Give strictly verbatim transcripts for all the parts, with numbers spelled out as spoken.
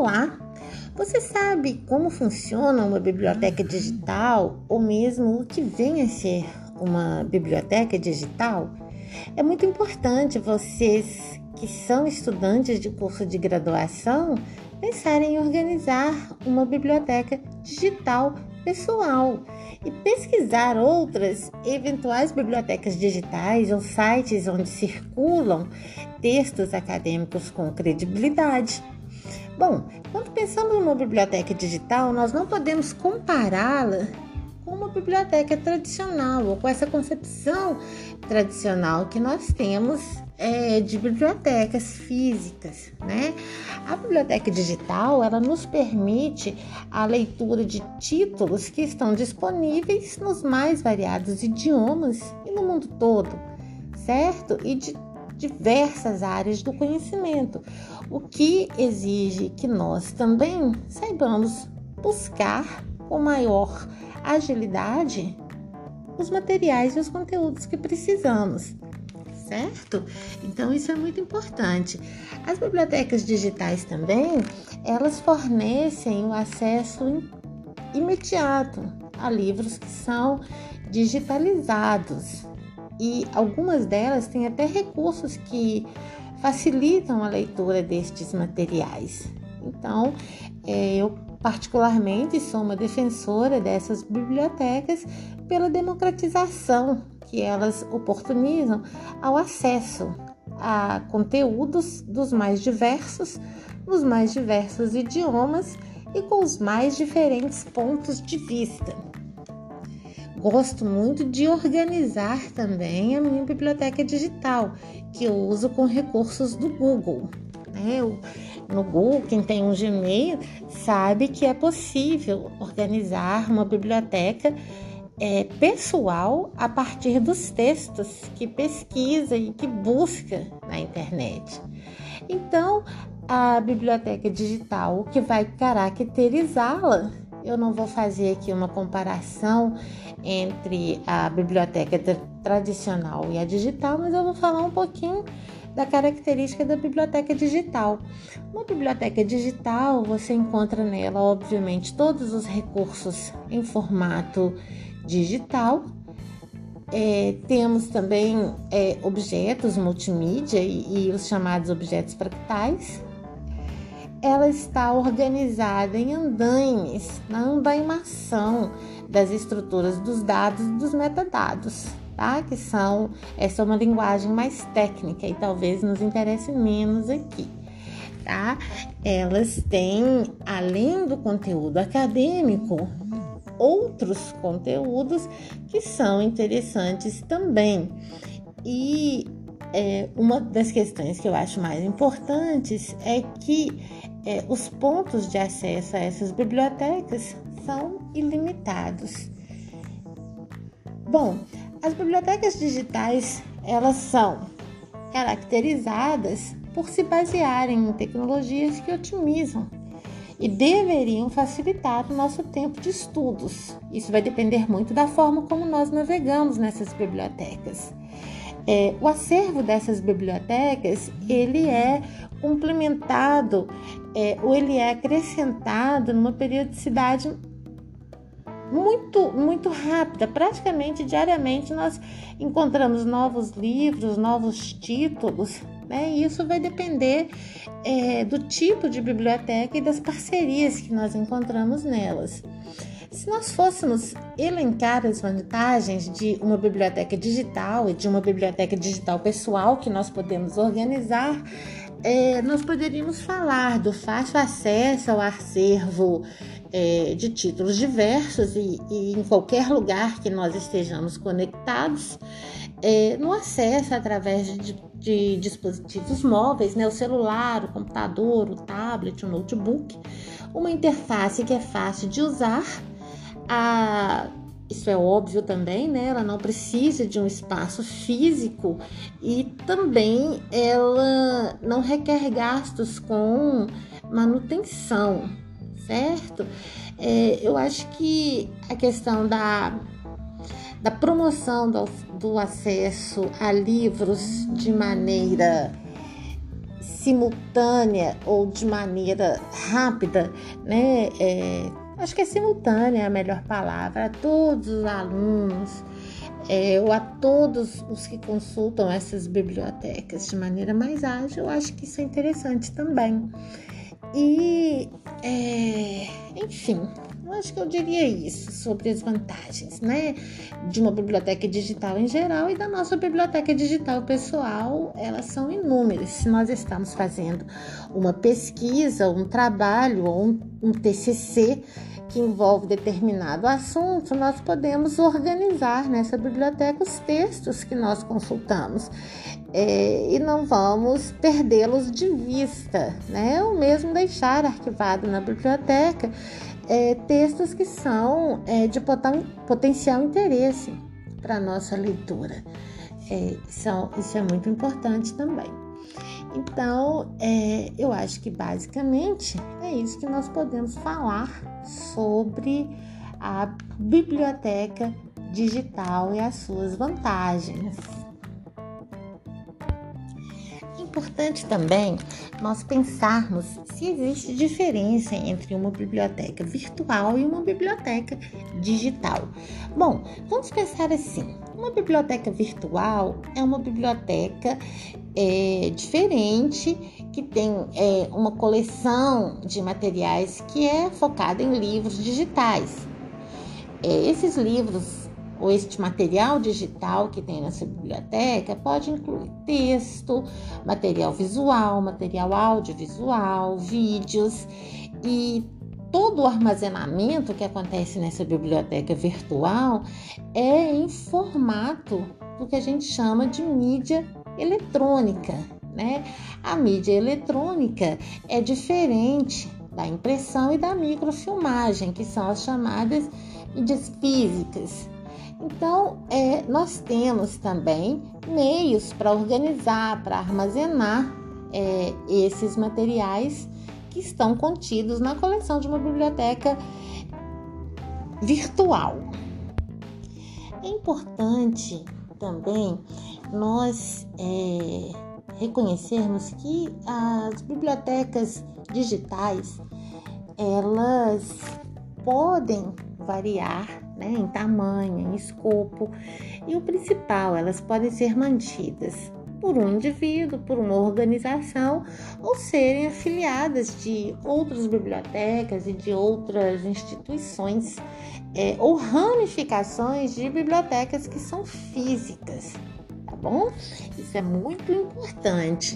Olá! Você sabe como funciona uma biblioteca digital ou mesmo o que vem a ser uma biblioteca digital? É muito importante vocês que são estudantes de curso de graduação pensarem em organizar uma biblioteca digital pessoal e pesquisar outras eventuais bibliotecas digitais ou sites onde circulam textos acadêmicos com credibilidade. Bom, quando pensamos numa biblioteca digital, nós não podemos compará-la com uma biblioteca tradicional ou com essa concepção tradicional que nós temos é, de bibliotecas físicas, né? A biblioteca digital, ela nos permite a leitura de títulos que estão disponíveis nos mais variados idiomas e no mundo todo, certo? E de diversas áreas do conhecimento, o que exige que nós também saibamos buscar com maior agilidade os materiais e os conteúdos que precisamos, certo? Então isso é muito importante. As bibliotecas digitais também, elas fornecem o acesso imediato a livros que são digitalizados e algumas delas têm até recursos que facilitam a leitura destes materiais. Então, eu particularmente sou uma defensora dessas bibliotecas pela democratização que elas oportunizam ao acesso a conteúdos dos mais diversos, nos mais diversos idiomas e com os mais diferentes pontos de vista. Gosto muito de organizar também a minha biblioteca digital, que eu uso com recursos do Google. Né? Eu, no Google, quem tem um Gmail sabe que é possível organizar uma biblioteca é, pessoal a partir dos textos que pesquisa e que busca na internet. Então, a biblioteca digital, o que vai caracterizá-la, eu não vou fazer aqui uma comparação entre a biblioteca tradicional e a digital, mas eu vou falar um pouquinho da característica da biblioteca digital. Uma biblioteca digital, você encontra nela, obviamente, todos os recursos em formato digital. É, temos também é, objetos multimídia e, e os chamados objetos fractais. Ela está organizada em andaimes, na andaimação das estruturas dos dados e dos metadados, tá? Que são, essa é uma linguagem mais técnica e talvez nos interesse menos aqui, tá? Elas têm, além do conteúdo acadêmico, outros conteúdos que são interessantes também. E é, uma das questões que eu acho mais importantes é que É, os pontos de acesso a essas bibliotecas são ilimitados. Bom, as bibliotecas digitais, elas são caracterizadas por se basearem em tecnologias que otimizam e deveriam facilitar o nosso tempo de estudos. Isso vai depender muito da forma como nós navegamos nessas bibliotecas. É, o acervo dessas bibliotecas, ele é complementado é, ou ele é acrescentado numa periodicidade muito, muito rápida. Praticamente diariamente nós encontramos novos livros, novos títulos, né? E isso vai depender é, do tipo de biblioteca e das parcerias que nós encontramos nelas. Se nós fôssemos elencar as vantagens de uma biblioteca digital e de uma biblioteca digital pessoal que nós podemos organizar, é, nós poderíamos falar do fácil acesso ao acervo é, de títulos diversos e, e em qualquer lugar que nós estejamos conectados, é, no acesso através de, de dispositivos móveis, né, o celular, o computador, o tablet, o notebook, uma interface que é fácil de usar. A, isso é óbvio também, né? Ela não precisa de um espaço físico e também ela não requer gastos com manutenção, certo? É, eu acho que a questão da, da promoção do, do acesso a livros de maneira simultânea ou de maneira rápida, né? É, acho que é simultânea a melhor palavra, a todos os alunos, é, ou a todos os que consultam essas bibliotecas de maneira mais ágil. Eu acho que isso é interessante também. E, é, enfim, eu acho que eu diria isso sobre as vantagens, né, de uma biblioteca digital em geral e da nossa biblioteca digital pessoal. Elas são inúmeras. Se nós estamos fazendo uma pesquisa, um trabalho ou um, um T C C que envolve determinado assunto, nós podemos organizar nessa biblioteca os textos que nós consultamos. É, e não vamos perdê-los de vista, né? Ou mesmo deixar arquivado na biblioteca é, textos que são é, de poten- potencial interesse para a nossa leitura. É, são, isso é muito importante também. Então, é, eu acho que basicamente é isso que nós podemos falar sobre a biblioteca digital e as suas vantagens. Importante também nós pensarmos se existe diferença entre uma biblioteca virtual e uma biblioteca digital. Bom, vamos pensar assim: uma biblioteca virtual é uma biblioteca é, diferente, que tem é, uma coleção de materiais que é focada em livros digitais. É, esses livros ou este material digital que tem nessa biblioteca pode incluir texto, material visual, material audiovisual, vídeos, e todo o armazenamento que acontece nessa biblioteca virtual é em formato do que a gente chama de mídia eletrônica, né? A mídia eletrônica é diferente da impressão e da microfilmagem, que são as chamadas mídias físicas. Então, é, nós temos também meios para organizar, para armazenar é, esses materiais que estão contidos na coleção de uma biblioteca virtual. É importante também nós é, reconhecermos que as bibliotecas digitais, elas podem variar, né, em tamanho, em escopo, e o principal, elas podem ser mantidas por um indivíduo, por uma organização, ou serem afiliadas de outras bibliotecas e de outras instituições, é, ou ramificações de bibliotecas que são físicas, tá bom? Isso é muito importante.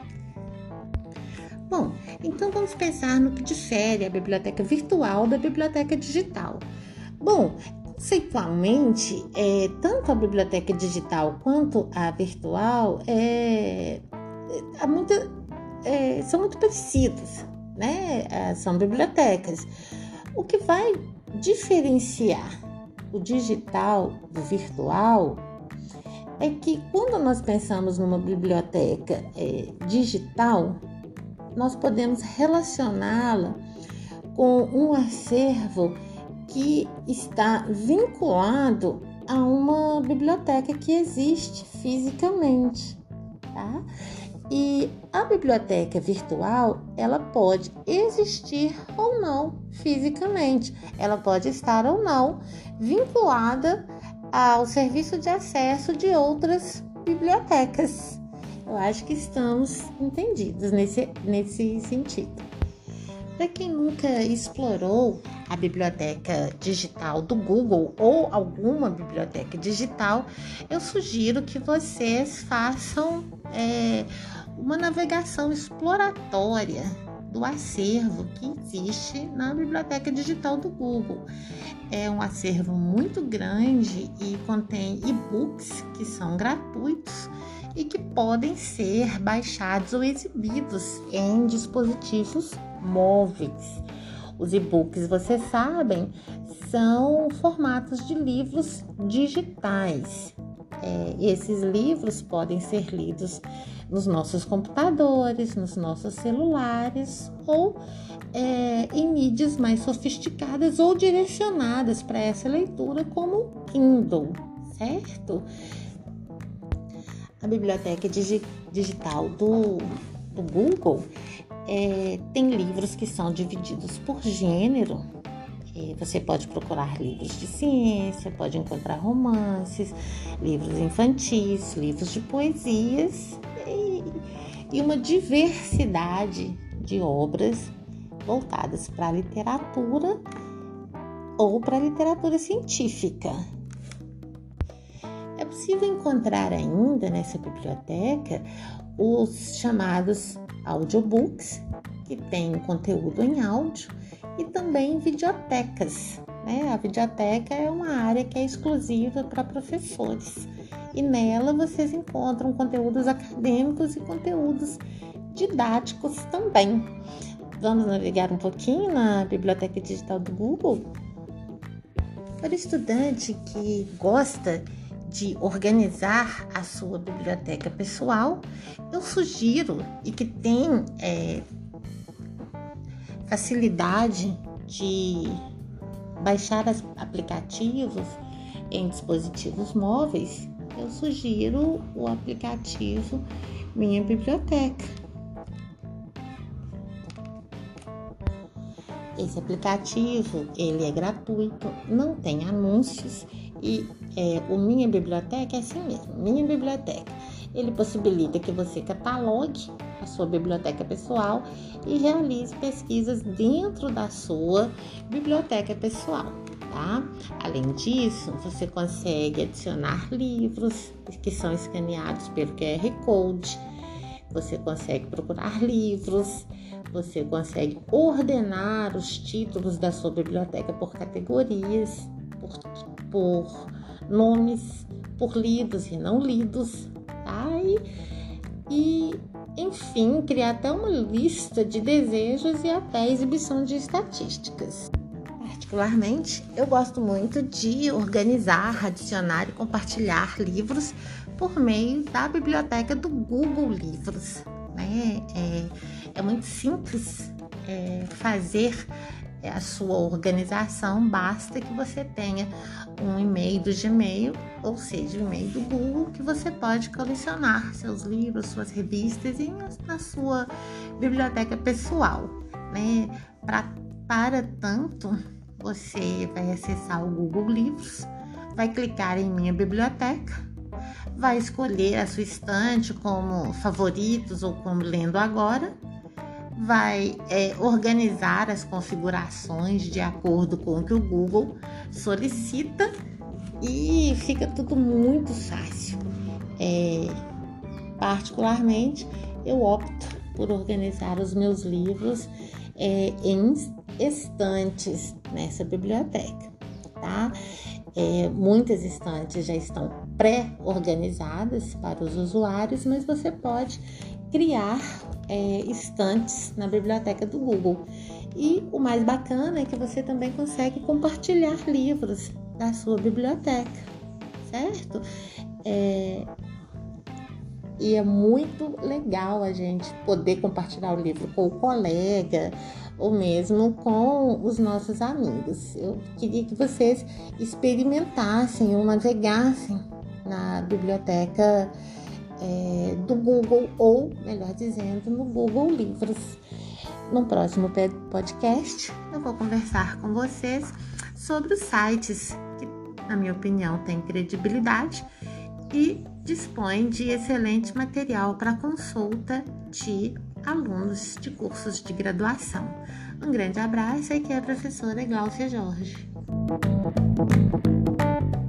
Bom, então vamos pensar no que difere a biblioteca virtual da biblioteca digital. Bom, conceitualmente, é, tanto a biblioteca digital quanto a virtual é, é, muito, é, são muito parecidas, né? É, são bibliotecas. O que vai diferenciar o digital do virtual é que quando nós pensamos numa biblioteca é, digital, nós podemos relacioná-la com um acervo que está vinculado a uma biblioteca que existe fisicamente, tá? E a biblioteca virtual, ela pode existir ou não fisicamente, ela pode estar ou não vinculada ao serviço de acesso de outras bibliotecas. Eu acho que estamos entendidos nesse, nesse sentido. Para quem nunca explorou a biblioteca digital do Google ou alguma biblioteca digital, eu sugiro que vocês façam é, uma navegação exploratória do acervo que existe na biblioteca digital do Google. É um acervo muito grande e contém e-books que são gratuitos e que podem ser baixados ou exibidos em dispositivos móveis. Os e-books, vocês sabem, são formatos de livros digitais. É, esses livros podem ser lidos nos nossos computadores, nos nossos celulares ou é, em mídias mais sofisticadas ou direcionadas para essa leitura, como o Kindle, certo? A biblioteca digi- digital do do Google, é, tem livros que são divididos por gênero. É, você pode procurar livros de ciência, pode encontrar romances, livros infantis, livros de poesias e, e uma diversidade de obras voltadas para a literatura ou para a literatura científica. É possível encontrar ainda nessa biblioteca os chamados audiobooks, que têm conteúdo em áudio, e também videotecas, né? A videoteca é uma área que é exclusiva para professores, e nela vocês encontram conteúdos acadêmicos e conteúdos didáticos também. Vamos navegar um pouquinho na biblioteca digital do Google? Para o estudante que gosta de organizar a sua biblioteca pessoal, eu sugiro e que tem é, facilidade de baixar as aplicativos em dispositivos móveis, eu sugiro o aplicativo Minha Biblioteca. Esse aplicativo, ele é gratuito, não tem anúncios e é, o Minha Biblioteca é assim mesmo, Minha Biblioteca. Ele possibilita que você catalogue a sua biblioteca pessoal e realize pesquisas dentro da sua biblioteca pessoal, tá? Além disso, você consegue adicionar livros que são escaneados pelo Q R Code, você consegue procurar livros, você consegue ordenar os títulos da sua biblioteca por categorias, por, por nomes, por lidos e não lidos, tá? E, e, enfim, criar até uma lista de desejos e até exibição de estatísticas. Particularmente, eu gosto muito de organizar, adicionar e compartilhar livros por meio da biblioteca do Google Livros, né? É, é muito simples é, fazer a sua organização, basta que você tenha um e-mail do Gmail, ou seja, o e-mail do Google, que você pode colecionar seus livros, suas revistas e na sua biblioteca pessoal, né? Pra, para tanto, você vai acessar o Google Livros, vai clicar em Minha Biblioteca, vai escolher a sua estante como favoritos ou como lendo agora, vai é, organizar as configurações de acordo com o que o Google solicita e fica tudo muito fácil. É, particularmente, eu opto por organizar os meus livros é, em estantes nessa biblioteca, tá? É, muitas estantes já estão pré-organizadas para os usuários, mas você pode criar é, estantes na biblioteca do Google. E o mais bacana é que você também consegue compartilhar livros da sua biblioteca, certo? É, e é muito legal a gente poder compartilhar o livro com o colega ou mesmo com os nossos amigos. Eu queria que vocês experimentassem ou navegassem na biblioteca é, do Google, ou melhor dizendo, no Google Livros. No próximo podcast, eu vou conversar com vocês sobre os sites que, na minha opinião, têm credibilidade e dispõem de excelente material para consulta de alunos de cursos de graduação. Um grande abraço, aqui é a professora Gláucia Jorge.